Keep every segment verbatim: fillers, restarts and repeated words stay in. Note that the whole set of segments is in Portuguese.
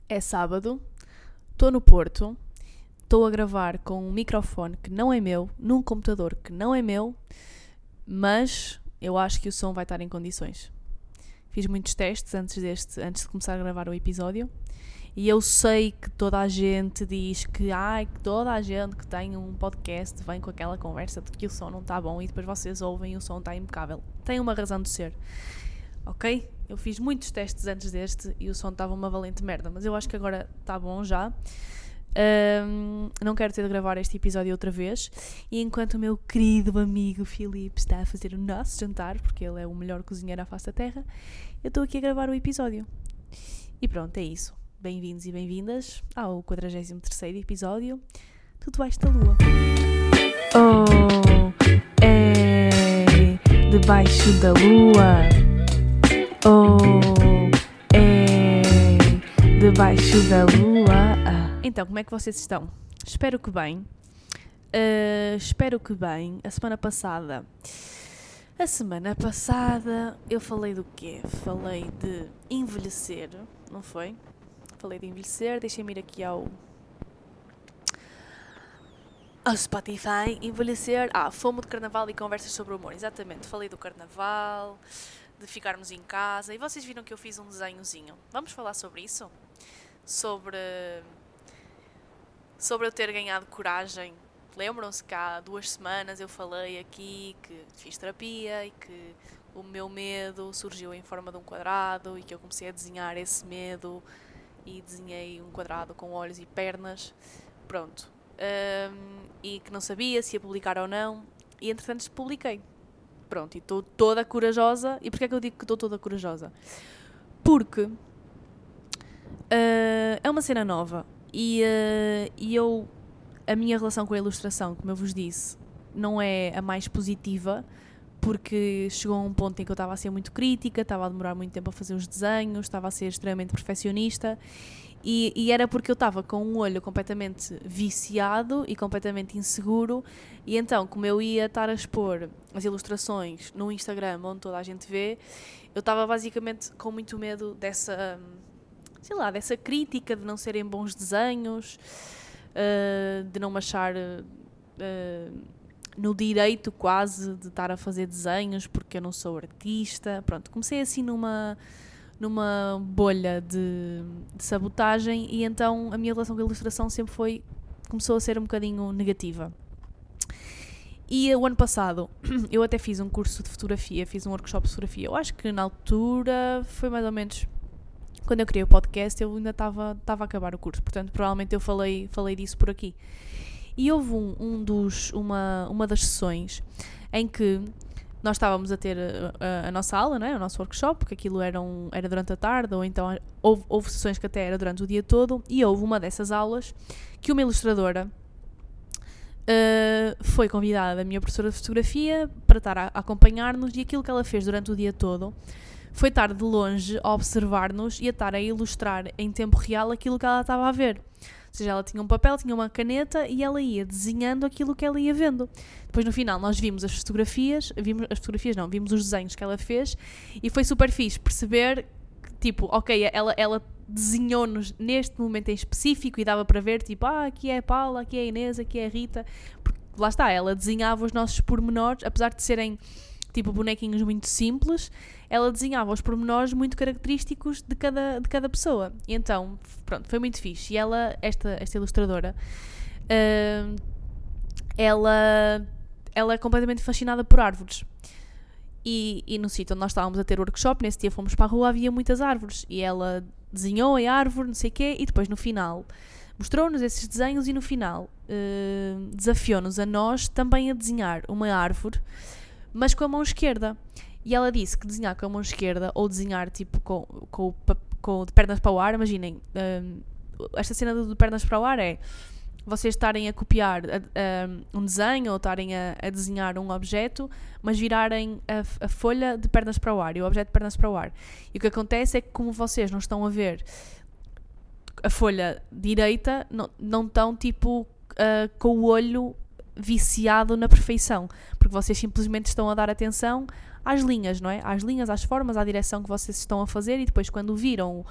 É sábado, estou no Porto, estou a gravar com um microfone que não é meu, num computador que não é meu, mas eu acho que o som vai estar em condições. Fiz muitos testes antes, deste, antes de começar a gravar o episódio e eu sei que toda a gente diz que, ai, que toda a gente que tem um podcast vem com aquela conversa de que o som não está bom e depois vocês ouvem e o som está impecável. Tem uma razão de ser, ok? Eu fiz muitos testes antes deste e o som estava uma valente merda, mas eu acho que agora está bom já. Um, não quero ter de gravar este episódio outra vez. E enquanto o meu querido amigo Filipe está a fazer o nosso jantar, porque ele é o melhor cozinheiro à face da terra, eu estou aqui a gravar o episódio. E pronto, é isso. Bem-vindos e bem-vindas ao quadragésimo terceiro episódio do Debaixo da Lua. Oh, é debaixo da lua. Oh, é debaixo da lua. Ah. Então, como é que vocês estão? Espero que bem. Uh, espero que bem. A semana passada... A semana passada eu falei do quê? Falei de envelhecer, não foi? Falei de envelhecer. Deixem-me ir aqui ao... ao Spotify. Envelhecer. Ah, fomo de carnaval e conversas sobre o humor. Exatamente. Falei do carnaval... de ficarmos em casa, e vocês viram que eu fiz um desenhozinho. Vamos falar sobre isso? Sobre sobre eu ter ganhado coragem. Lembram-se que há duas semanas eu falei aqui que fiz terapia e que o meu medo surgiu em forma de um quadrado e que eu comecei a desenhar esse medo e desenhei um quadrado com olhos e pernas. Pronto. Um, e que não sabia se ia publicar ou não, e entretanto publiquei. Pronto, e estou toda corajosa. E porquê é que eu digo que estou toda corajosa? Porque uh, é uma cena nova. E, uh, e eu... A minha relação com a ilustração, como eu vos disse, não é a mais positiva. Porque chegou a um ponto em que eu estava a ser muito crítica, estava a demorar muito tempo a fazer os desenhos, estava a ser extremamente perfeccionista. E, e era porque eu estava com um olho completamente viciado e completamente inseguro, e então, como eu ia estar a expor as ilustrações no Instagram, onde toda a gente vê, eu estava basicamente com muito medo dessa, sei lá, dessa crítica de não serem bons desenhos, uh, de não me achar uh, no direito quase de estar a fazer desenhos porque eu não sou artista. Pronto, comecei assim numa... numa bolha de, de sabotagem, e então a minha relação com a ilustração sempre foi, começou a ser um bocadinho negativa. E o ano passado eu até fiz um curso de fotografia, fiz um workshop de fotografia. Eu acho que na altura foi mais ou menos quando eu criei o podcast, eu ainda estava estava a acabar o curso, portanto provavelmente eu falei, falei disso por aqui. E houve um, um dos, uma, uma das sessões em que nós estávamos a ter a, a, a nossa aula, não é? O nosso workshop, porque aquilo era, um, era durante a tarde, ou então houve, houve sessões que até era durante o dia todo, e houve uma dessas aulas que uma ilustradora uh, foi convidada, a minha professora de fotografia, para estar a, a acompanhar-nos, e aquilo que ela fez durante o dia todo foi estar de longe a observar-nos e a estar a ilustrar em tempo real aquilo que ela estava a ver. Ou seja, ela tinha um papel, tinha uma caneta e ela ia desenhando aquilo que ela ia vendo. Depois no final nós vimos as fotografias, vimos as fotografias não, vimos os desenhos que ela fez, e foi super fixe perceber que, tipo, ok, ela, ela desenhou-nos neste momento em específico e dava para ver, tipo, ah, aqui é a Paula, aqui é a Inês, aqui é a Rita, porque lá está, ela desenhava os nossos pormenores, apesar de serem tipo bonequinhos muito simples, ela desenhava os pormenores muito característicos de cada, de cada pessoa. E então, pronto, foi muito fixe. E ela, esta, esta ilustradora, uh, ela, ela é completamente fascinada por árvores. E, e no sítio onde nós estávamos a ter o workshop, nesse dia fomos para a rua, havia muitas árvores. E ela desenhou a árvore, não sei o quê, e depois no final mostrou-nos esses desenhos, e no final uh, desafiou-nos a nós também a desenhar uma árvore, mas com a mão esquerda. E ela disse que desenhar com a mão esquerda, ou desenhar tipo com, com, com de pernas para o ar, imaginem, um, esta cena de pernas para o ar é vocês estarem a copiar a, a, um desenho, ou estarem a, a desenhar um objeto, mas virarem a, a folha de pernas para o ar e o objeto de pernas para o ar. E o que acontece é que, como vocês não estão a ver a folha direita, não, não estão tipo uh, com o olho viciado na perfeição, porque vocês simplesmente estão a dar atenção às linhas, não é? Às linhas, às formas, à direção que vocês estão a fazer, e depois quando viram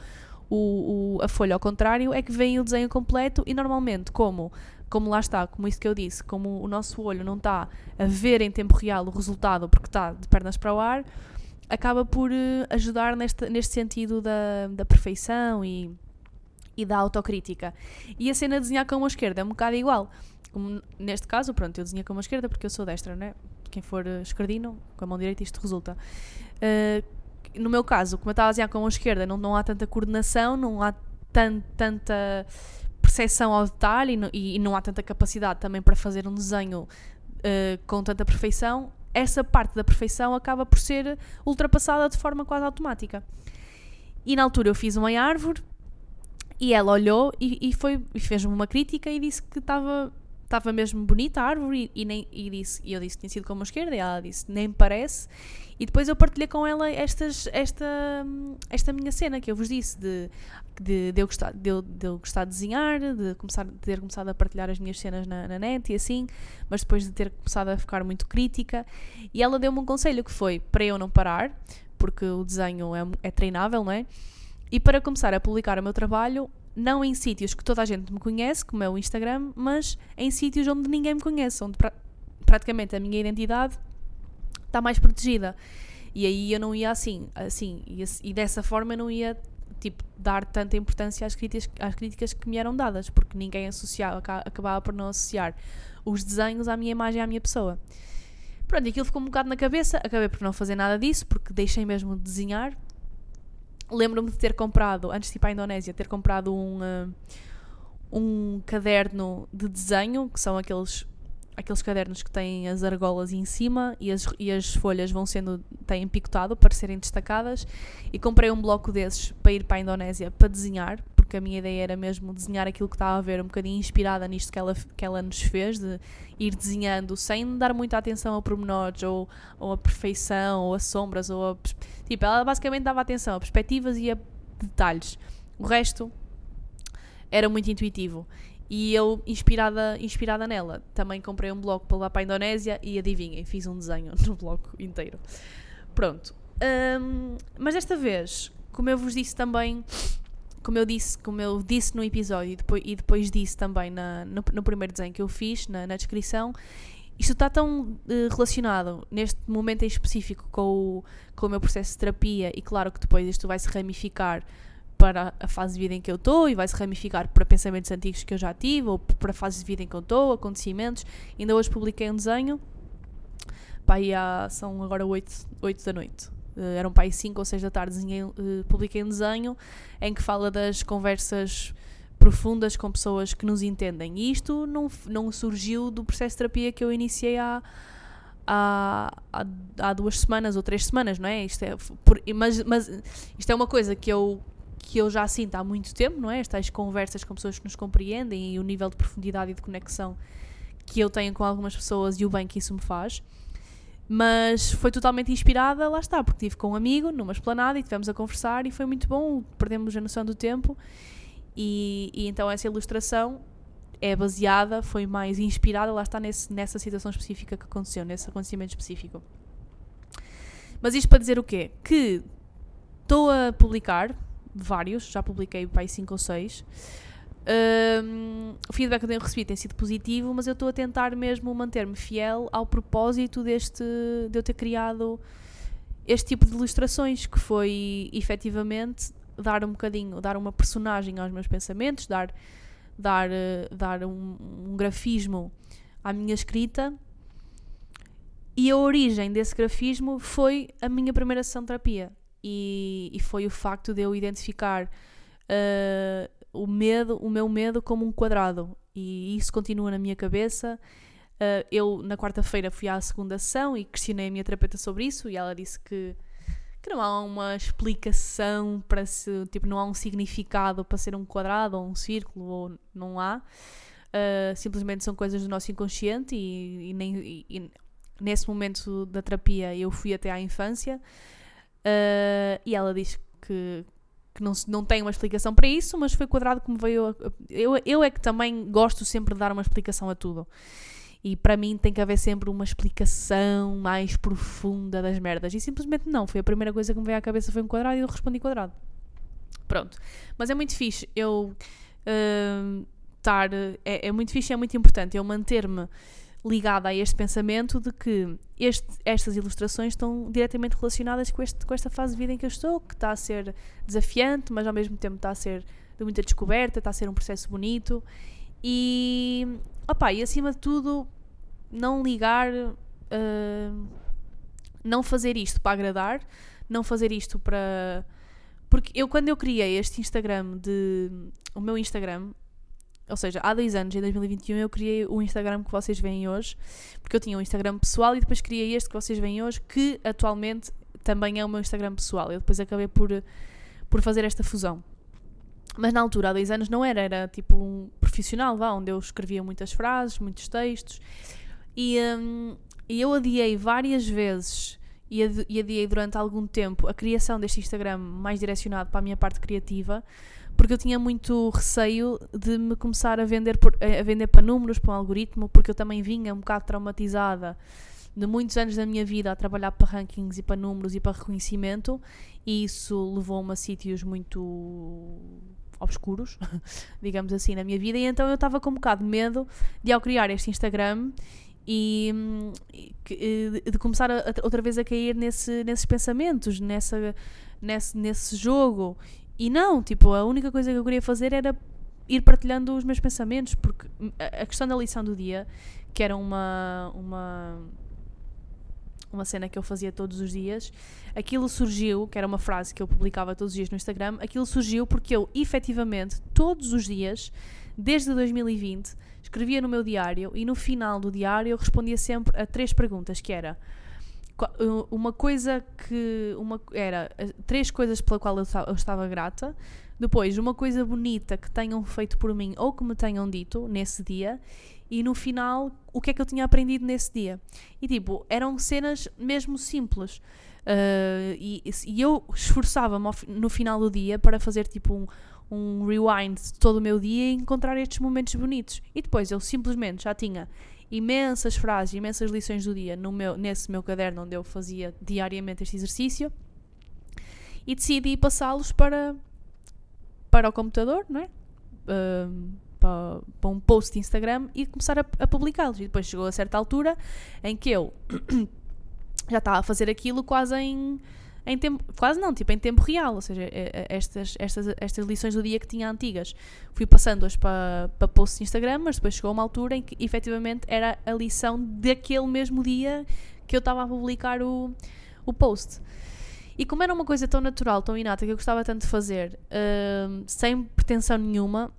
o, o, a folha ao contrário, é que vem o desenho completo e normalmente, como, como lá está, como isso que eu disse, como o nosso olho não está a ver em tempo real o resultado porque está de pernas para o ar, acaba por uh, ajudar neste, neste sentido da, da perfeição e, e da autocrítica. E a cena de desenhar com a mão esquerda é um bocado igual. Como neste caso, pronto, eu desenho com a mão esquerda porque eu sou destra, não é? Quem for uh, esquerdino, com a mão direita isto resulta. Uh, no meu caso, como eu estava a desenhar com a mão esquerda, não, não há tanta coordenação, não há tan, tanta percepção ao detalhe e não, e, e não há tanta capacidade também para fazer um desenho uh, com tanta perfeição. Essa parte da perfeição acaba por ser ultrapassada de forma quase automática. E na altura eu fiz uma árvore e ela olhou e, e, foi, e fez-me uma crítica e disse que estava estava mesmo bonita a árvore e, e, nem, e, disse, e eu disse que tinha sido com a mão esquerda e ela disse nem me parece. E depois eu partilhei com ela estas, esta, esta minha cena que eu vos disse de, de, de, eu, gostar, de, eu, de eu gostar de desenhar, de, começar, de ter começado a partilhar as minhas cenas na, na net e assim, mas depois de ter começado a ficar muito crítica. E ela deu-me um conselho que foi para eu não parar, porque o desenho é, é treinável, não é? E para começar a publicar o meu trabalho, não em sítios que toda a gente me conhece, como é o Instagram, mas em sítios onde ninguém me conhece, onde pra- praticamente a minha identidade está mais protegida. E aí eu não ia assim, assim e, e dessa forma eu não ia tipo, dar tanta importância às críticas, às críticas que me eram dadas, porque ninguém associava, acabava por não associar os desenhos à minha imagem, à minha pessoa. Pronto, aquilo ficou um bocado na cabeça, acabei por não fazer nada disso, porque deixei mesmo de desenhar. Lembro-me de ter comprado, antes de ir para a Indonésia, ter comprado um, uh, um caderno de desenho, que são aqueles, aqueles cadernos que têm as argolas em cima e as, e as folhas vão sendo, têm picotado para serem destacadas, e comprei um bloco desses para ir para a Indonésia para desenhar, porque a minha ideia era mesmo desenhar aquilo que estava a ver, um bocadinho inspirada nisto que ela, que ela nos fez, de ir desenhando sem dar muita atenção a pormenores, ou, ou a perfeição, ou a sombras, ou a... Tipo, ela basicamente dava atenção a perspectivas e a detalhes. O resto era muito intuitivo. E eu, inspirada, inspirada nela, também comprei um bloco para lá para a Indonésia e adivinhem, fiz um desenho no bloco inteiro. Pronto. Um, mas desta vez, como eu vos disse também, como eu disse, como eu disse no episódio e depois, e depois disse também na, no, no primeiro desenho que eu fiz, na, na descrição, isto está tão uh, relacionado neste momento em específico com o, com o meu processo de terapia, e claro que depois isto vai se ramificar para a fase de vida em que eu estou e vai se ramificar para pensamentos antigos que eu já tive, ou para a fase de vida em que eu estou, acontecimentos. Ainda hoje publiquei um desenho, pá, aí há, são agora oito da noite, uh, eram pá, aí cinco ou seis da tarde, desenhei, uh, publiquei um desenho em que fala das conversas profundas com pessoas que nos entendem. E isto não, não surgiu do processo de terapia que eu iniciei há, há, há, há duas semanas ou três semanas, não é? Isto é por, mas, mas isto é uma coisa que eu, que eu já sinto há muito tempo, não é? Estas conversas com pessoas que nos compreendem e o nível de profundidade e de conexão que eu tenho com algumas pessoas e o bem que isso me faz. Mas foi totalmente inspirada, lá está, porque estive com um amigo numa esplanada e estivemos a conversar e foi muito bom, perdemos a noção do tempo. E, e então essa ilustração é baseada, foi mais inspirada, lá está, nesse, nessa situação específica que aconteceu, nesse acontecimento específico. Mas isto para dizer o quê? Que estou a publicar vários, já publiquei para aí cinco ou seis. Um, o feedback que eu tenho recebido tem sido positivo, mas eu estou a tentar mesmo manter-me fiel ao propósito deste, de eu ter criado este tipo de ilustrações, que foi efetivamente dar um bocadinho, dar uma personagem aos meus pensamentos, dar, dar, dar um, um grafismo à minha escrita. E a origem desse grafismo foi a minha primeira sessão de terapia. E, e foi o facto de eu identificar uh, o medo, o meu medo como um quadrado. E isso continua na minha cabeça. Uh, eu, na quarta-feira, fui à segunda sessão e questionei a minha terapeuta sobre isso, e ela disse que que não há uma explicação para se, tipo, não há um significado para ser um quadrado ou um círculo, ou não há. Uh, simplesmente são coisas do nosso inconsciente e, e, nem, e, e nesse momento da terapia eu fui até à infância, uh, e ela diz que, que não, não tem uma explicação para isso, mas foi quadrado que me veio a, eu, eu é que também gosto sempre de dar uma explicação a tudo. E para mim tem que haver sempre uma explicação mais profunda das merdas. E simplesmente não. Foi a primeira coisa que me veio à cabeça, foi um quadrado, e eu respondi quadrado. Pronto. Mas é muito fixe eu estar... Uh, é, é muito fixe e é muito importante eu manter-me ligada a este pensamento de que este, estas ilustrações estão diretamente relacionadas com, este, com esta fase de vida em que eu estou, que está a ser desafiante, mas ao mesmo tempo está a ser de muita descoberta, está a ser um processo bonito. E, opa, e acima de tudo, não ligar, uh, não fazer isto para agradar, não fazer isto para... Porque eu, quando eu criei este Instagram, de, o meu Instagram, ou seja, há dois anos, em dois mil e vinte e um, eu criei o Instagram que vocês veem hoje, porque eu tinha um Instagram pessoal e depois criei este que vocês veem hoje, que atualmente também é o meu Instagram pessoal. Eu depois acabei por, por fazer esta fusão. Mas na altura, há dois anos, não era, era tipo um profissional, vá, onde eu escrevia muitas frases, muitos textos, e, um, e eu adiei várias vezes, e, adi- e adiei durante algum tempo, a criação deste Instagram mais direcionado para a minha parte criativa, porque eu tinha muito receio de me começar a vender, por, a vender para números, para um algoritmo, porque eu também vinha um bocado traumatizada de muitos anos da minha vida a trabalhar para rankings e para números e para reconhecimento, e isso levou-me a sítios muito obscuros, digamos assim, na minha vida, e então eu estava com um bocado de medo de, ao criar este Instagram, e, e de começar a, a, outra vez a cair nesse, nesses pensamentos, nessa, nesse, nesse jogo. E não, tipo, a única coisa que eu queria fazer era ir partilhando os meus pensamentos, porque a, a questão da lição do dia, que era uma... uma uma cena que eu fazia todos os dias, aquilo surgiu, que era uma frase que eu publicava todos os dias no Instagram, aquilo surgiu porque eu, efetivamente, todos os dias, desde dois mil e vinte, escrevia no meu diário e no final do diário eu respondia sempre a três perguntas, que era uma coisa que... Uma, era três coisas pela qual eu, eu estava grata, depois uma coisa bonita que tenham feito por mim ou que me tenham dito nesse dia, e no final, o que é que eu tinha aprendido nesse dia. E tipo, eram cenas mesmo simples. Uh, e, e eu esforçava-me no final do dia para fazer tipo um, um rewind de todo o meu dia e encontrar estes momentos bonitos. E depois eu simplesmente já tinha imensas frases, imensas lições do dia no meu, nesse meu caderno onde eu fazia diariamente este exercício, e decidi passá-los para, para o computador, não é? Uh, Para, para um post de Instagram e começar a, a publicá-los. E depois chegou a certa altura em que eu já estava a fazer aquilo quase em, em tempo, quase não, tipo em tempo real, ou seja, estas, estas, estas lições do dia que tinha antigas fui passando-as para, para posts de Instagram, mas depois chegou uma altura em que efetivamente era a lição daquele mesmo dia que eu estava a publicar o, o post. E como era uma coisa tão natural, tão inata, que eu gostava tanto de fazer, uh, sem pretensão nenhuma,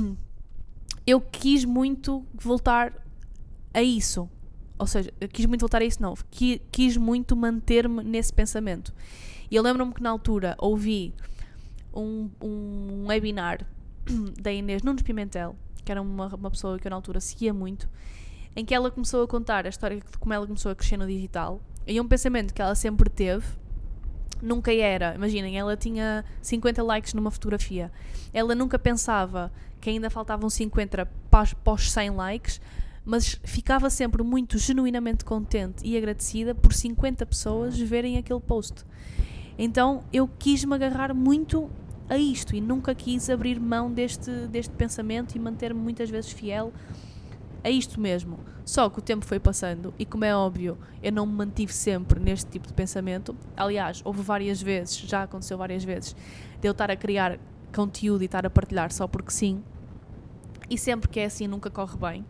eu quis muito voltar a isso. Ou seja, eu quis muito voltar a isso, não. Quis, quis muito manter-me nesse pensamento. E eu lembro-me que na altura ouvi um, um webinar da Inês Nunes Pimentel, que era uma, uma pessoa que eu na altura seguia muito, em que ela começou a contar a história de como ela começou a crescer no digital. E um pensamento que ela sempre teve, nunca era, imaginem, ela tinha cinquenta likes numa fotografia. Ela nunca pensava que ainda faltavam cinquenta para os cem likes, mas ficava sempre muito genuinamente contente e agradecida por cinquenta pessoas verem aquele post. Então eu quis-me agarrar muito a isto e nunca quis abrir mão deste, deste pensamento e manter-me muitas vezes fiel a isto mesmo. Só que o tempo foi passando e, como é óbvio, eu não me mantive sempre neste tipo de pensamento. Aliás, houve várias vezes, já aconteceu várias vezes, de eu estar a criar conteúdo e estar a partilhar só porque sim, e sempre que é assim nunca corre bem,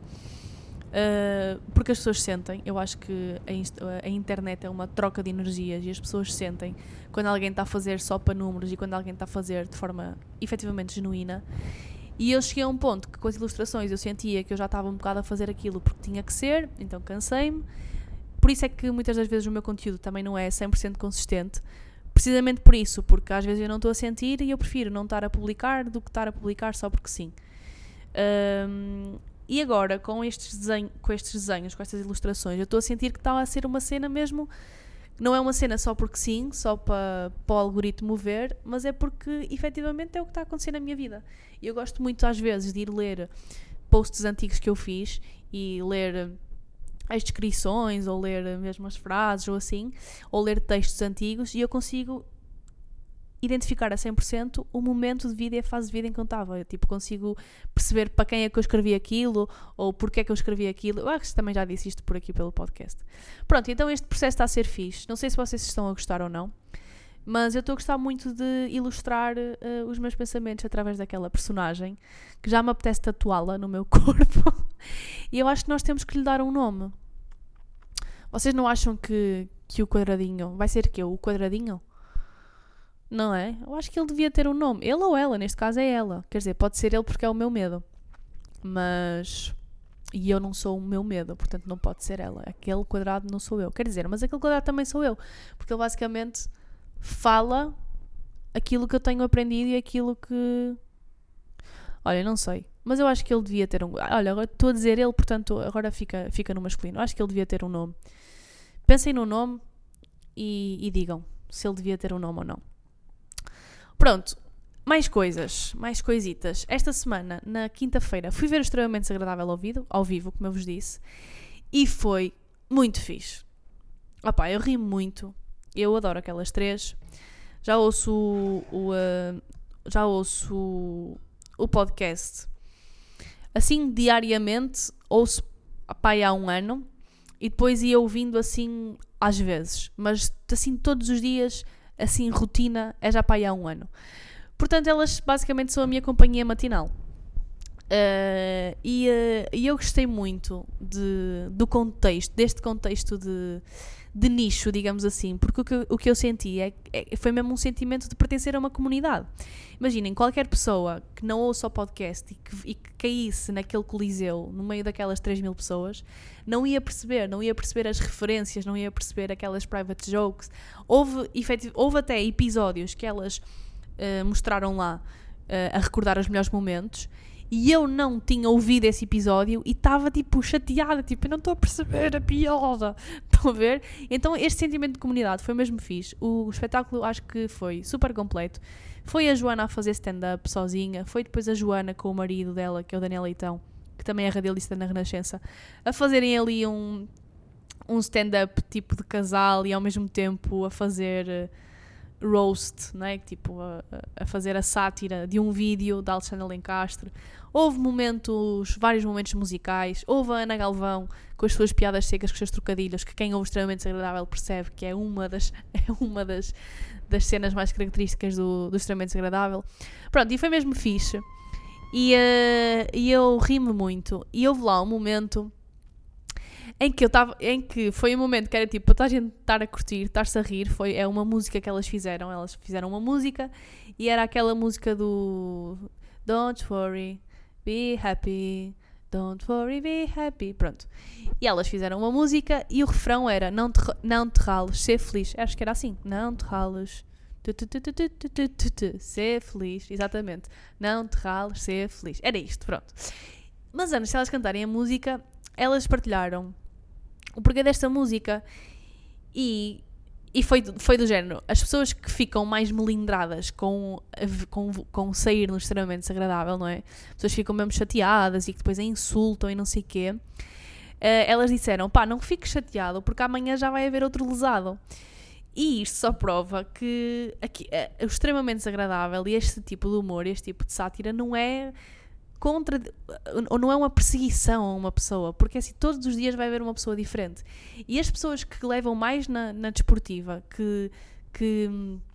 uh, porque as pessoas sentem. Eu acho que a, inst- a internet é uma troca de energias e as pessoas sentem quando alguém está a fazer só para números e quando alguém está a fazer de forma efetivamente genuína. E eu cheguei a um ponto que com as ilustrações eu sentia que eu já estava um bocado a fazer aquilo porque tinha que ser, então cansei-me. Por isso é que muitas das vezes o meu conteúdo também não é cem por cento consistente, precisamente por isso, porque às vezes eu não estou a sentir e eu prefiro não estar a publicar do que estar a publicar só porque sim. Um, e agora, com estes, desenho, com estes desenhos, com estas ilustrações, eu estou a sentir que está a ser uma cena mesmo, não é uma cena só porque sim, só para, para o algoritmo ver, mas é porque efetivamente é o que está a acontecer na minha vida. E eu gosto muito às vezes de ir ler posts antigos que eu fiz e ler as descrições, ou ler mesmo as frases, ou assim, ou ler textos antigos, e eu consigo identificar a cem por cento o momento de vida e a fase de vida em que eu estava. Eu, tipo, consigo perceber para quem é que eu escrevi aquilo ou porque é que eu escrevi aquilo. Eu acho que também já disse isto por aqui pelo podcast. Pronto, então este processo está a ser fixe. Não sei se vocês estão a gostar ou não, mas eu estou a gostar muito de ilustrar uh, os meus pensamentos através daquela personagem que já me apetece tatuá-la no meu corpo. E eu acho que nós temos que lhe dar um nome. Vocês não acham que, que o quadradinho... Vai ser que o quadradinho? Não é? Eu acho que ele devia ter um nome. Ele ou ela, neste caso é ela. Quer dizer, pode ser ele porque é o meu medo. Mas... E eu não sou o meu medo, portanto não pode ser ela. Aquele quadrado não sou eu. Quer dizer, mas aquele quadrado também sou eu. Porque ele basicamente fala aquilo que eu tenho aprendido e aquilo que... Olha, não sei. Mas eu acho que ele devia ter um... Olha, agora estou a dizer ele, portanto agora fica, fica no masculino. Eu acho que ele devia ter um nome. Pensem no nome e, e digam se ele devia ter um nome ou não. Pronto, mais coisas, mais coisitas. Esta semana, na quinta-feira, fui ver o Extremamente Desagradável ao vivo, ao vivo, como eu vos disse, e foi muito fixe. Opá, eu ri muito, eu adoro aquelas três. Já ouço o, o, uh, já ouço o, o podcast assim diariamente, ouço opá, há um ano, e depois ia ouvindo assim às vezes, mas assim todos os dias... assim, rotina, é já para aí há um ano. Portanto, elas basicamente são a minha companhia matinal. Uh, e, uh, e eu gostei muito de, do contexto, deste contexto de, de nicho, digamos assim, porque o que, o que eu senti é, é, foi mesmo um sentimento de pertencer a uma comunidade. Imaginem, qualquer pessoa que não ouça o podcast e que, e que caísse naquele coliseu, no meio daquelas três mil pessoas, não ia perceber, não ia perceber as referências, não ia perceber aquelas private jokes. Houve, efetiv- houve até episódios que elas uh, mostraram lá uh, a recordar os melhores momentos, e eu não tinha ouvido esse episódio e estava tipo chateada, tipo, eu não estou a perceber a piada, estão a ver? Então este sentimento de comunidade foi mesmo fixe. O espetáculo acho que foi super completo. Foi a Joana a fazer stand-up sozinha, foi depois a Joana com o marido dela, que é o Daniel Leitão, que também é radialista na Renascença, a fazerem ali um, um stand-up tipo de casal e ao mesmo tempo a fazer uh, roast, não é? Tipo, a, a fazer a sátira de um vídeo da Alexandra Lencastre. Houve momentos, vários momentos musicais. Houve a Ana Galvão com as suas piadas secas, com os seus trocadilhos, que quem ouve Extremamente Desagradável percebe que é uma das, é uma das, das cenas mais características do, do Extremamente Desagradável. Pronto, e foi mesmo fixe. E, uh, e eu ri-me muito. E houve lá um momento em que eu estava, em que foi um momento que era tipo, para a gente estar a curtir, estar-se a rir, foi, é uma música que elas fizeram. Elas fizeram uma música e era aquela música do Don't worry, be happy, don't worry, be happy. Pronto. E elas fizeram uma música e o refrão era não te, não te rales, ser feliz. Acho que era assim. Não te rales, tu, tu, tu, tu, tu, tu, tu, tu, tu, ser feliz. Exatamente. Não te rales, ser feliz. Era isto, pronto. Mas antes de elas cantarem a música, elas partilharam o porquê desta música e... E foi, foi do género, as pessoas que ficam mais melindradas com, com, com sair no Extremamente Desagradável, não é? As pessoas ficam mesmo chateadas e que depois a insultam e não sei o quê. Uh, elas disseram, pá, não fiques chateado porque amanhã já vai haver outro lesado. E isto só prova que aqui, uh, o Extremamente Desagradável e este tipo de humor, este tipo de sátira não é... contra, ou não é uma perseguição a uma pessoa, porque assim, todos os dias vai haver uma pessoa diferente. E as pessoas que levam mais na, na desportiva, que, que,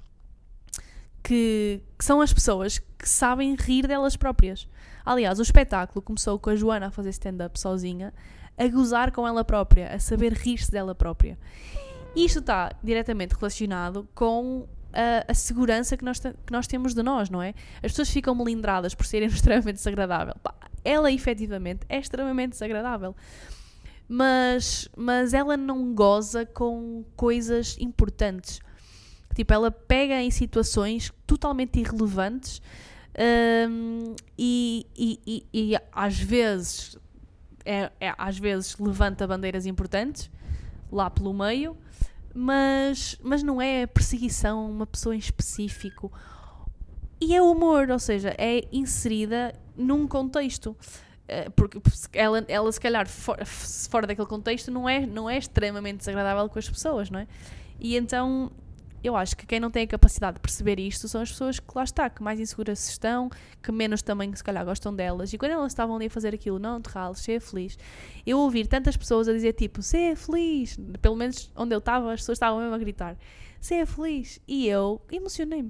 que, que são as pessoas que sabem rir delas próprias. Aliás, o espetáculo começou com a Joana a fazer stand-up sozinha, a gozar com ela própria, a saber rir-se dela própria. E isto está diretamente relacionado com A, a segurança que nós, que nós temos de nós, não é? As pessoas ficam melindradas por serem extremamente desagradável. Pá, ela, efetivamente, é extremamente desagradável. Mas, mas ela não goza com coisas importantes. Tipo, ela pega em situações totalmente irrelevantes um, e, e, e, e às vezes é, é, às vezes levanta bandeiras importantes lá pelo meio. Mas, mas não é perseguição a uma pessoa em específico. E é humor, ou seja, é inserida num contexto. Porque ela, ela se calhar, for, fora daquele contexto, não é, não é extremamente desagradável com as pessoas, não é? E então eu acho que quem não tem a capacidade de perceber isto são as pessoas que lá está, que mais inseguras estão, que menos também se calhar gostam delas. E quando elas estavam ali a fazer aquilo, não te rales, seja feliz. Eu ouvir tantas pessoas a dizer tipo, seja feliz, pelo menos onde eu estava, as pessoas estavam mesmo a gritar, seja feliz. E eu emocionei-me.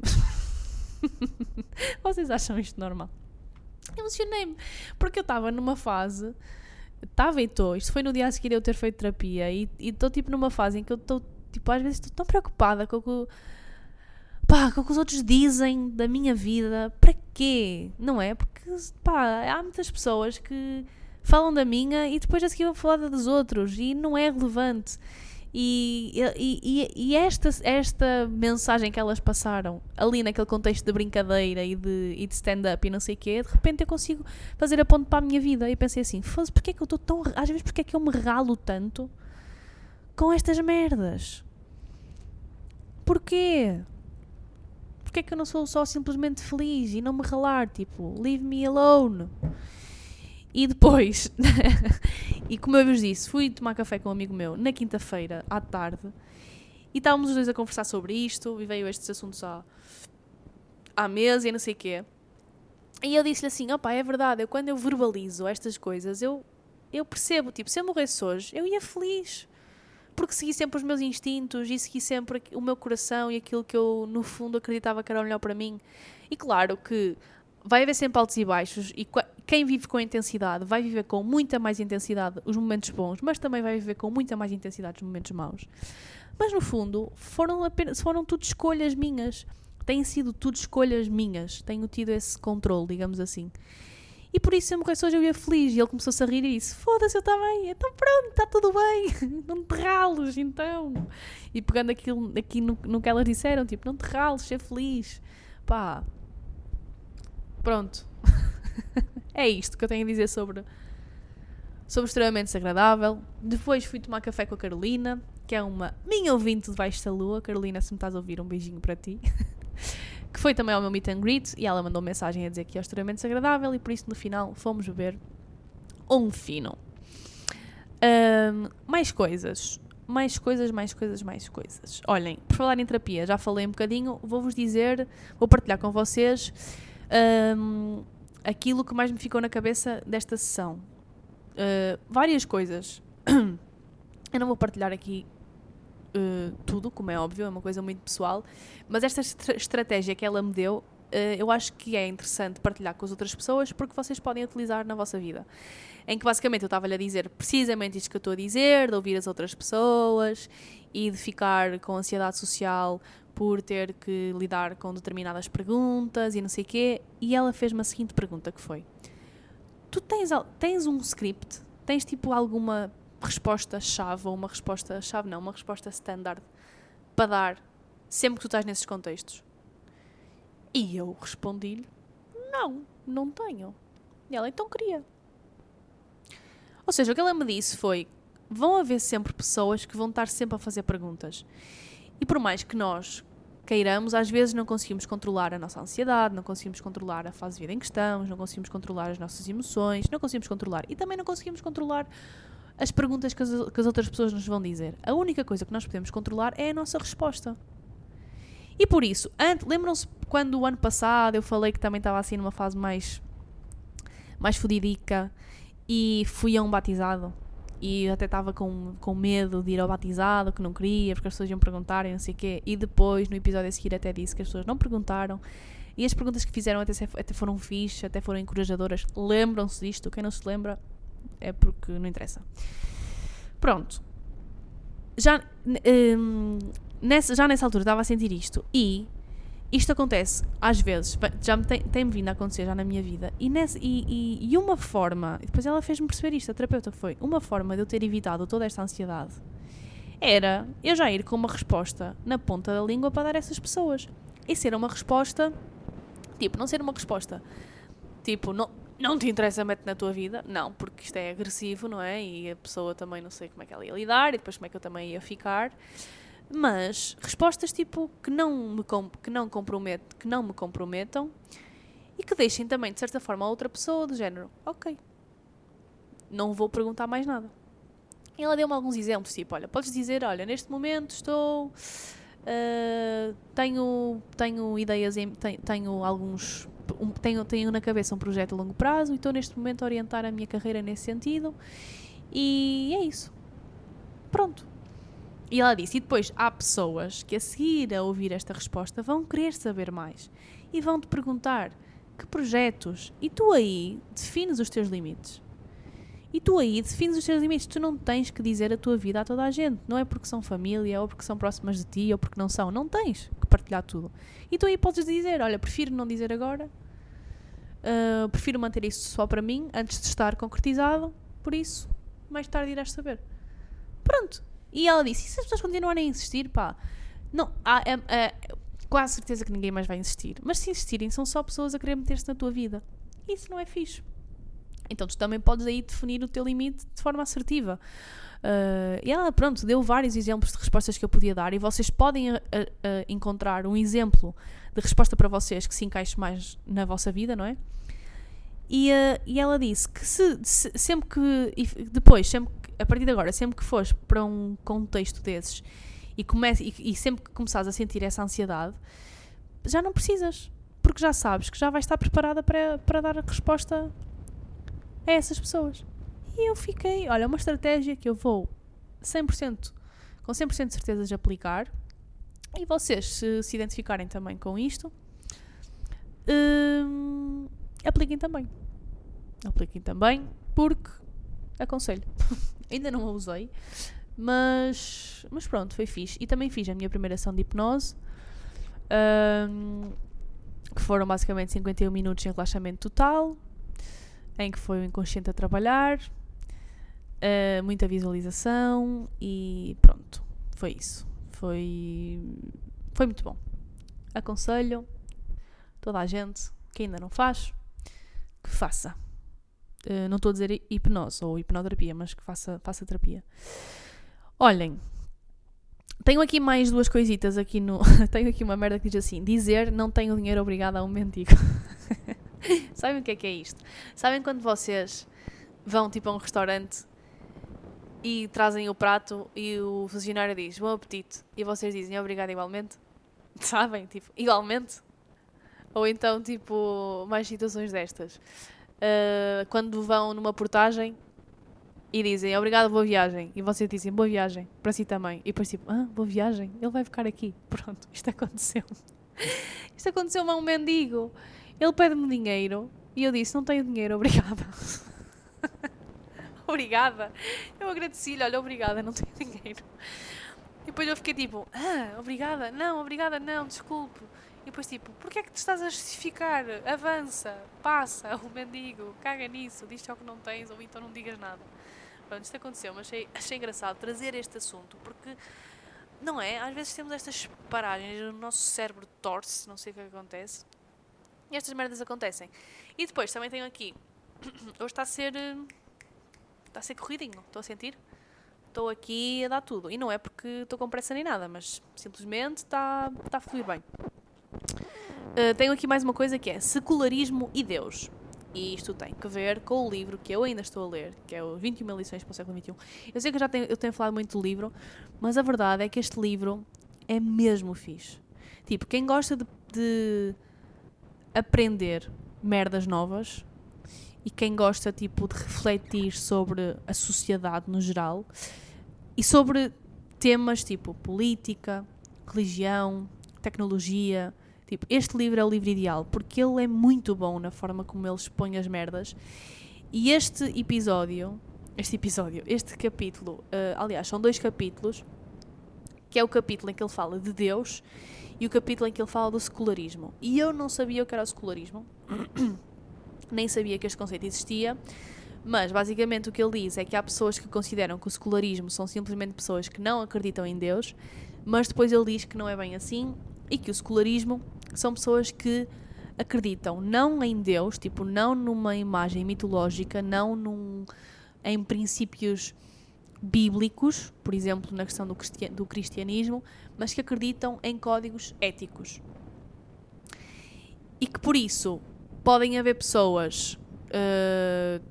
Vocês acham isto normal? Emocionei-me, porque eu estava numa fase, estava e estou, isto foi no dia a seguir eu ter feito terapia, e estou tipo numa fase em que eu estou, tipo, às vezes estou tão preocupada com o que, pá, com o que os outros dizem da minha vida, para quê? Não é? Porque, pá, há muitas pessoas que falam da minha e depois a seguir vão falar dos outros, e não é relevante. E, e, e, e esta, esta mensagem que elas passaram ali naquele contexto de brincadeira e de, e de stand-up e não sei o quê, de repente eu consigo fazer a ponte para a minha vida. E pensei assim, foda-se, porque é que eu estou tão... Às vezes porque é que eu me ralo tanto com estas merdas? Porquê? Porquê é que eu não sou só simplesmente feliz e não me ralar? Tipo, leave me alone. E depois, e como eu vos disse, fui tomar café com um amigo meu na quinta-feira, à tarde, e estávamos os dois a conversar sobre isto, e veio estes assuntos à, à mesa e não sei o quê. E eu disse-lhe assim, opá, é verdade, eu, quando eu verbalizo estas coisas, eu, eu percebo, tipo, se eu morresse hoje, eu ia feliz. Porque segui sempre os meus instintos e segui sempre o meu coração e aquilo que eu, no fundo, acreditava que era o melhor para mim. E claro que vai haver sempre altos e baixos, e quem vive com intensidade vai viver com muita mais intensidade os momentos bons, mas também vai viver com muita mais intensidade os momentos maus. Mas no fundo, foram, apenas, foram tudo escolhas minhas. Têm sido tudo escolhas minhas. Tenho tido esse controle, digamos assim. E por isso, se eu morresse hoje, eu ia feliz. E ele começou-se a rir e disse, foda-se, eu também. Então pronto, está tudo bem. Não te ralos, então. E pegando aquilo, aqui no, no que elas disseram, tipo, não te ralos, ser feliz. Pá... Pronto. É isto que eu tenho a dizer sobre, sobre extremamente desagradável. Depois fui tomar café com a Carolina, que é uma minha ouvinte debaixo da lua. Carolina, se me estás a ouvir, um beijinho para ti. Que foi também ao meu meet and greet, e ela mandou mensagem a dizer que é extremamente desagradável, e por isso no final fomos beber um fino. Um, mais coisas. Mais coisas, mais coisas, mais coisas. Olhem, por falar em terapia, já falei um bocadinho, vou-vos dizer, vou partilhar com vocês... Um, aquilo que mais me ficou na cabeça desta sessão. Uh, várias coisas. Eu não vou partilhar aqui uh, tudo, como é óbvio, é uma coisa muito pessoal, mas esta estra- estratégia que ela me deu, uh, eu acho que é interessante partilhar com as outras pessoas, porque vocês podem utilizar na vossa vida. Em que basicamente eu estava-lhe a dizer precisamente isto que eu estou a dizer, de ouvir as outras pessoas e de ficar com ansiedade social por ter que lidar com determinadas perguntas e não sei o quê. E ela fez-me a seguinte pergunta, que foi: tu tens, tens um script? Tens tipo alguma resposta-chave, ou uma resposta-chave não, uma resposta standard para dar sempre que tu estás nesses contextos? E eu respondi-lhe, não, não tenho. E ela, então queria. Ou seja, o que ela me disse foi, vão haver sempre pessoas que vão estar sempre a fazer perguntas. E por mais que nós queiramos, às vezes não conseguimos controlar a nossa ansiedade, não conseguimos controlar a fase de vida em que estamos, não conseguimos controlar as nossas emoções, não conseguimos controlar. E também não conseguimos controlar as perguntas que as, que as outras pessoas nos vão dizer. A única coisa que nós podemos controlar é a nossa resposta. E por isso, ante, lembram-se quando o ano passado eu falei que também estava assim numa fase mais, mais fodidica e fui a um batizado? E eu até estava com, com medo de ir ao batizado, que não queria, porque as pessoas iam perguntar e não sei o quê. E depois, no episódio a seguir, até disse que as pessoas não perguntaram. E as perguntas que fizeram até, até foram fixe, até foram encorajadoras. Lembram-se disto? Quem não se lembra é porque não interessa. Pronto. Já, um, nessa, já nessa altura estava a sentir isto. E isto acontece, às vezes, já me tem, tem-me vindo a acontecer já na minha vida, e, nessa, e, e, e uma forma, e depois ela fez-me perceber isto, a terapeuta foi, uma forma de eu ter evitado toda esta ansiedade, era eu já ir com uma resposta na ponta da língua para dar a essas pessoas. E ser uma resposta, tipo, não ser uma resposta, tipo, não, não te interessa, mete na tua vida, não, porque isto é agressivo, não é? E a pessoa também não sei como é que ela ia lidar, e depois como é que eu também ia ficar. Mas respostas tipo que não me comp- que não compromete, que não me comprometam e que deixem também de certa forma a outra pessoa do género, ok, não vou perguntar mais nada. E ela deu-me alguns exemplos, tipo, olha, podes dizer, olha, neste momento estou Uh, tenho, tenho ideias, em, tenho, tenho alguns, um, tenho, tenho na cabeça um projeto a longo prazo e estou neste momento a orientar a minha carreira nesse sentido e é isso. Pronto. E ela disse, e depois há pessoas que a seguir a ouvir esta resposta vão querer saber mais e vão te perguntar que projetos, e tu aí defines os teus limites. E tu aí defines os teus limites. Tu não tens que dizer a tua vida a toda a gente. Não é porque são família, ou porque são próximas de ti, ou porque não são. Não tens que partilhar tudo. E tu aí podes dizer, olha, prefiro não dizer agora. Uh, prefiro manter isso só para mim, antes de estar concretizado. Por isso, mais tarde irás saber. Pronto. E ela disse, e se as pessoas continuarem a insistir, pá, não, há, é, é, quase certeza que ninguém mais vai insistir. Mas se insistirem, são só pessoas a querer meter-se na tua vida. Isso não é fixe. Então tu também podes aí definir o teu limite de forma assertiva. Uh, e ela, pronto, deu vários exemplos de respostas que eu podia dar e vocês podem a, a, a encontrar um exemplo de resposta para vocês que se encaixe mais na vossa vida, não é? E, uh, e ela disse que se, se, sempre que, e depois, sempre que, a partir de agora, sempre que fores para um contexto desses e, comece, e, e sempre que começares a sentir essa ansiedade, já não precisas, porque já sabes que já vais estar preparada para, para dar a resposta a essas pessoas. E eu fiquei, olha, uma estratégia que eu vou cem por cento, com cem por cento de certeza de aplicar, e vocês, se se identificarem também com isto, hum, apliquem também. Apliquem também, porque aconselho. Ainda não a usei, mas, mas pronto, foi fixe. E também fiz a minha primeira ação de hipnose, hum, que foram basicamente cinquenta e um minutos em relaxamento total, em que foi o inconsciente a trabalhar, uh, muita visualização e pronto, foi isso. Foi, foi muito bom. Aconselho toda a gente que ainda não faz, que faça. Uh, não estou a dizer hipnose ou hipnoterapia, mas que faça, faça terapia. Olhem, tenho aqui mais duas coisitas aqui no... tenho aqui uma merda que diz assim, dizer não tenho dinheiro, obrigada a um mendigo. Sabem o que é que é isto? Sabem quando vocês vão tipo a um restaurante e trazem o prato e o funcionário diz bom apetite e vocês dizem obrigado igualmente? Sabem? Tipo, igualmente? Ou então tipo mais situações destas. Uh, quando vão numa portagem e dizem obrigado, boa viagem, e vocês dizem boa viagem para si também, e depois tipo, ah, boa viagem, ele vai ficar aqui. Pronto, isto aconteceu. Isto aconteceu-me a um mendigo. Ele pede-me dinheiro e eu disse, não tenho dinheiro, obrigada. Obrigada. Eu agradeci-lhe, olha, obrigada, não tenho dinheiro. E depois eu fiquei tipo, ah, obrigada, não, obrigada, não, desculpe. E depois tipo, porquê é que te estás a justificar? Avança, passa, o mendigo, caga nisso, diz só que não tens ou então não digas nada. Pronto, isto aconteceu, mas achei, achei engraçado trazer este assunto, porque, não é? Às vezes temos estas paragens, o nosso cérebro torce, não sei o que acontece. E estas merdas acontecem. E depois também tenho aqui, hoje está a ser, está a ser corridinho, estou a sentir? Estou aqui a dar tudo. E não é porque estou com pressa nem nada, mas simplesmente está, está a fluir bem. Uh, tenho aqui mais uma coisa que é secularismo e Deus. E isto tem que ver com o livro que eu ainda estou a ler, que é o vinte e uma lições para o século vinte e um. Eu sei que eu já tenho, eu tenho falado muito do livro, mas a verdade é que este livro é mesmo fixe. Tipo, quem gosta de... de aprender merdas novas e quem gosta tipo de refletir sobre a sociedade no geral e sobre temas tipo política, religião, tecnologia, tipo, este livro é o livro ideal porque ele é muito bom na forma como ele expõe as merdas. E este episódio este episódio, este capítulo, uh, aliás são dois capítulos, que é o capítulo em que ele fala de Deus e o capítulo em que ele fala do secularismo. E eu não sabia o que era o secularismo, nem sabia que este conceito existia, mas basicamente o que ele diz é que há pessoas que consideram que o secularismo são simplesmente pessoas que não acreditam em Deus, mas depois ele diz que não é bem assim e que o secularismo são pessoas que acreditam não em Deus, tipo, não numa imagem mitológica, não num, em princípios bíblicos, por exemplo, na questão do, cristian, do cristianismo, mas que acreditam em códigos éticos. E que por isso podem haver pessoas uh,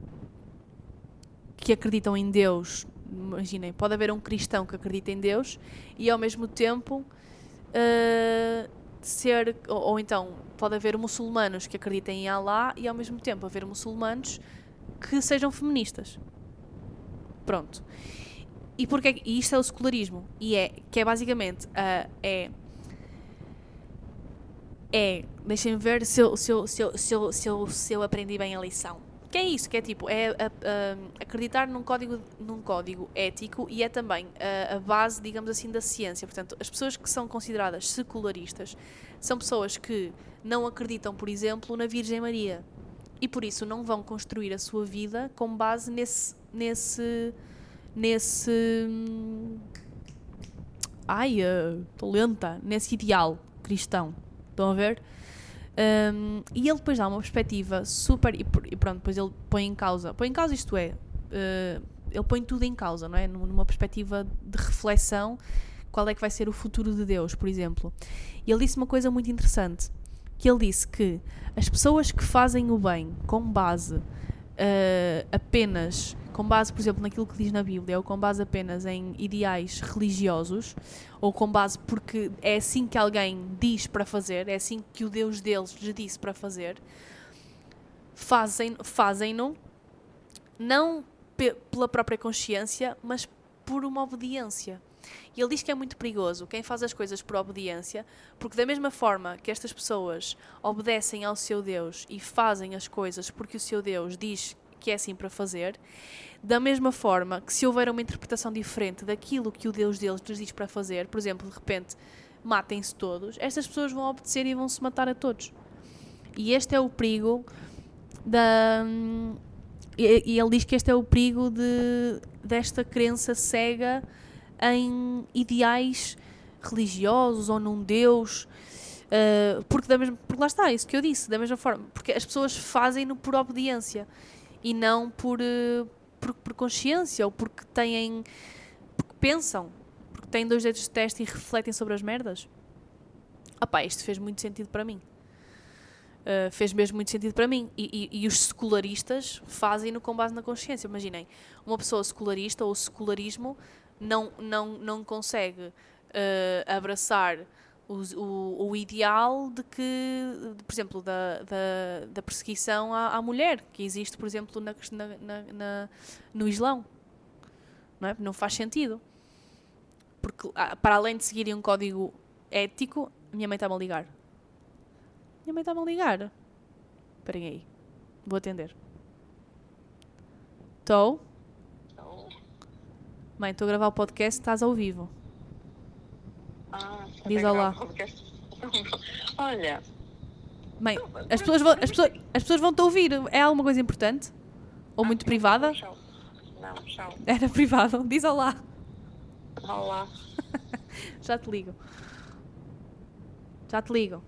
que acreditam em Deus, imaginem, pode haver um cristão que acredita em Deus e ao mesmo tempo uh, ser, ou, ou então pode haver muçulmanos que acreditem em Allah e ao mesmo tempo haver muçulmanos que sejam feministas. Pronto. E, porque, e isto é o secularismo. E é, que é basicamente, uh, é, é, deixem-me ver se eu, se, eu, se, eu, se, eu, se, eu, se eu aprendi bem a lição. Que é isso, que é tipo, é a, a, acreditar num código, num código ético e é também a, a base, digamos assim, da ciência. Portanto, as pessoas que são consideradas secularistas são pessoas que não acreditam, por exemplo, na Virgem Maria. E por isso não vão construir a sua vida com base nesse... nesse nesse... Ai, estou uh, lenta. Nesse ideal cristão. Estão a ver? Um, e ele depois dá uma perspectiva super... E, e pronto, depois ele põe em causa... Põe em causa isto é... Uh, ele põe tudo em causa, não é? Numa perspectiva de reflexão. Qual é que vai ser o futuro de Deus, por exemplo. E ele disse uma coisa muito interessante. Que ele disse que as pessoas que fazem o bem com base... Uh, apenas com base, por exemplo, naquilo que diz na Bíblia, ou com base apenas em ideais religiosos, ou com base porque é assim que alguém diz para fazer, é assim que o Deus deles lhes disse para fazer, fazem, fazem-no não pe- pela própria consciência, mas por uma obediência. E ele diz que é muito perigoso quem faz as coisas por obediência, porque da mesma forma que estas pessoas obedecem ao seu Deus e fazem as coisas porque o seu Deus diz que é assim para fazer, da mesma forma que se houver uma interpretação diferente daquilo que o Deus deles lhes diz para fazer, por exemplo, de repente, matem-se todos, estas pessoas vão obedecer e vão se matar a todos. E este é o perigo da... E ele diz que este é o perigo de, desta crença cega em ideais religiosos ou num Deus, uh, porque, da mesma, porque lá está, isso que eu disse, da mesma forma, porque as pessoas fazem-no por obediência e não por, uh, por, por consciência ou porque têm, porque pensam, porque têm dois dedos de teste e refletem sobre as merdas. Opá, isto fez muito sentido para mim. Uh, fez mesmo muito sentido para mim. E, e, e os secularistas fazem-no com base na consciência. Imaginem, uma pessoa secularista ou secularismo não, não, não consegue uh, abraçar o, o, o ideal de que, de, por exemplo, da, da, da perseguição à, à mulher, que existe, por exemplo, na, na, na, no Islão. Não é? Não faz sentido. Porque, para além de seguirem um código ético... Minha mãe está-me a ligar. Minha mãe está-me a ligar. Esperem aí. Vou atender. Estou? Mãe, estou a gravar o podcast, estás ao vivo. Ah, diz olá. Olha. Mãe, as pessoas, vão, as, pessoas, as pessoas vão-te ouvir. É alguma coisa importante? Ou muito ah, privada? Não, tchau. Era privado. Diz olá. Olá. Já te ligo. Já te ligo.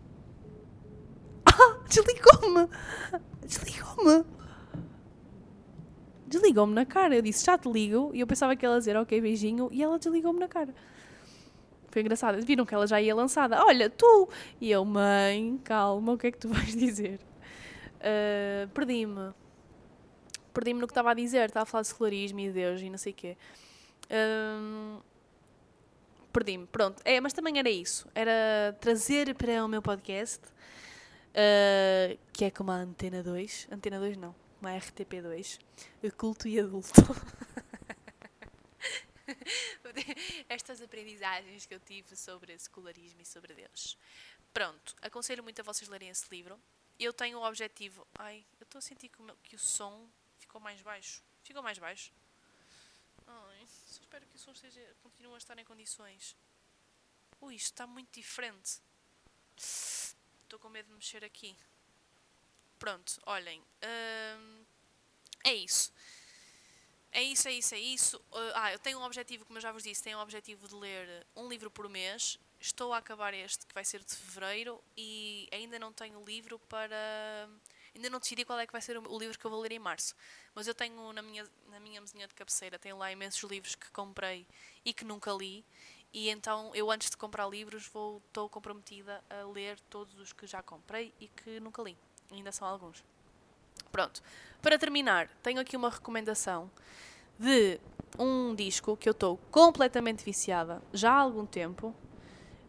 Ah, desligou-me. Desligou-me. Desligou-me na cara. Eu disse, já te ligo. E eu pensava que ela ia dizer, ok, beijinho. E ela desligou-me na cara. Foi engraçado. Viram que ela já ia lançada. Olha, tu. E eu, mãe, calma, o que é que tu vais dizer? Uh, perdi-me. Perdi-me no que estava a dizer. Estava a falar de secularismo e de Deus e não sei o quê. Uh, perdi-me. Pronto. É, mas também era isso. Era trazer para o meu podcast, uh, que é como a Antena dois. Antena dois não. Uma R T P dois. Culto e adulto. Estas aprendizagens que eu tive sobre secularismo e sobre Deus. Pronto, aconselho muito a vocês lerem esse livro. Eu tenho o objetivo... Ai, eu estou a sentir que o, meu, que o som ficou mais baixo. Ficou mais baixo? Ai, só espero que o som esteja, continue a estar em condições. Ui, isto está muito diferente. Estou com medo de mexer aqui. Pronto, olhem. Hum, é isso. É isso, é isso, é isso. Uh, ah, eu tenho um objetivo, como eu já vos disse, tenho um objetivo de ler um livro por mês. Estou a acabar este, que vai ser de fevereiro, e ainda não tenho livro para... Ainda não decidi qual é que vai ser o livro que eu vou ler em março. Mas eu tenho na minha, na minha mesinha de cabeceira, tenho lá imensos livros que comprei e que nunca li. E então, eu antes de comprar livros, vou, estou comprometida a ler todos os que já comprei e que nunca li. Ainda são alguns. Pronto. Para terminar, tenho aqui uma recomendação de um disco que eu estou completamente viciada já há algum tempo,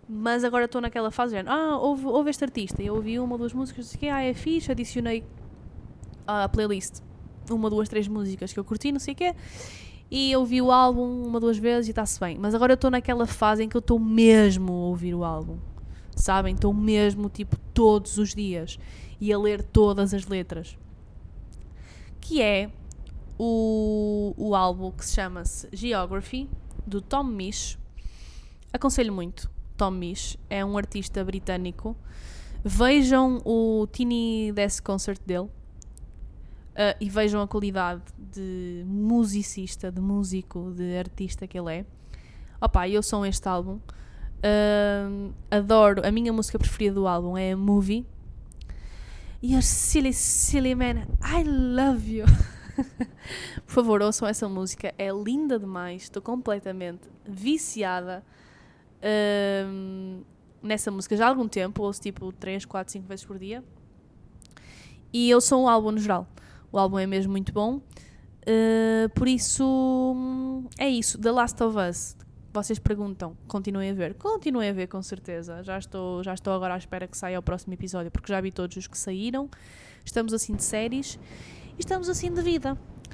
Mas agora estou naquela fase, já, ah, ouve, ouve este artista. Eu ouvi uma ou duas músicas, que ah, é fixe, adicionei à playlist uma, duas, três músicas que eu curti, não sei o quê. E eu ouvi o álbum uma, duas vezes e está-se bem. Mas agora eu estou naquela fase em que eu estou mesmo a ouvir o álbum. Sabem? Estou mesmo, tipo, todos os dias. E a ler todas as letras. Que é o, o álbum que se chama-se Geography, do Tom Misch. Aconselho muito. Tom Misch é um artista britânico. Vejam o Tiny Desk Concert dele. Uh, e vejam a qualidade de musicista, de músico, de artista que ele é. Opa, eu sou este álbum. Uh, adoro. A minha música preferida do álbum é Movie. You're silly, silly man. I love you. Por favor, ouçam essa música. É linda demais. Estou completamente viciada uh, nessa música já há algum tempo. Ouço tipo três, quatro, cinco vezes por dia. E eu sou um álbum no geral. O álbum é mesmo muito bom. Uh, por isso, é isso. The Last of Us. Vocês perguntam, continuem a ver. Continuem a ver, com certeza. Já estou, já estou agora à espera que saia o próximo episódio, porque já vi todos os que saíram. Estamos assim de séries. E estamos assim de vida.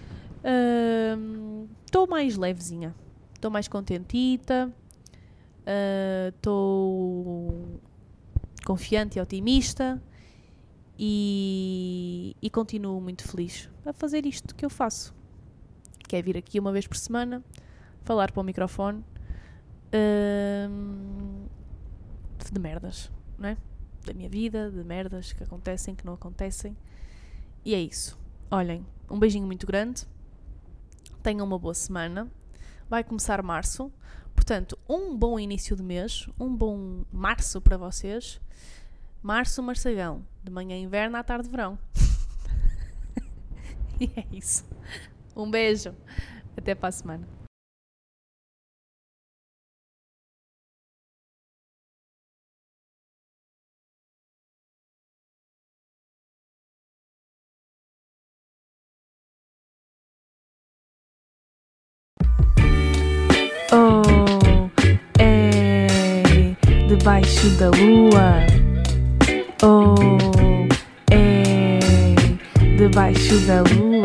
Estou uh, mais levezinha. Estou mais contentita. Estou uh, confiante e otimista. E, e continuo muito feliz a fazer isto que eu faço, que é vir aqui uma vez por semana, falar para o microfone hum, de merdas, não é? Da minha vida, de merdas que acontecem, que não acontecem. E é isso. Olhem, um beijinho muito grande, tenham uma boa semana. Vai começar março, portanto, um bom início de mês, um bom março para vocês. Março, marçagão. De manhã inverno, à tarde verão. E é isso. Um beijo. Até para a semana. Oh, é debaixo da lua. Oh, é debaixo da lua.